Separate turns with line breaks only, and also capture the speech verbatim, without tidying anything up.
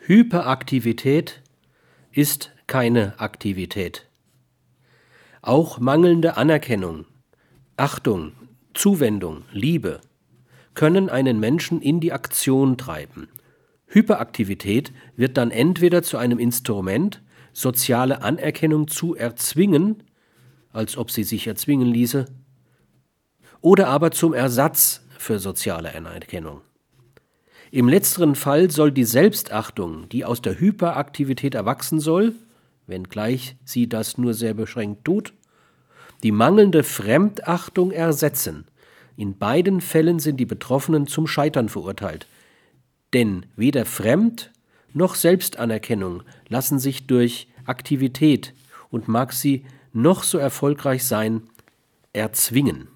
Hyperaktivität ist keine Aktivität. Auch mangelnde Anerkennung, Achtung, Zuwendung, Liebe können einen Menschen in die Aktion treiben. Hyperaktivität wird dann entweder zu einem Instrument, soziale Anerkennung zu erzwingen, als ob sie sich erzwingen ließe, oder aber zum Ersatz für soziale Anerkennung. Im letzteren Fall soll die Selbstachtung, die aus der Hyperaktivität erwachsen soll, wenngleich sie das nur sehr beschränkt tut, die mangelnde Fremdachtung ersetzen. In beiden Fällen sind die Betroffenen zum Scheitern verurteilt. Denn weder Fremd- noch Selbstanerkennung lassen sich durch Aktivität, und mag sie noch so erfolgreich sein, erzwingen.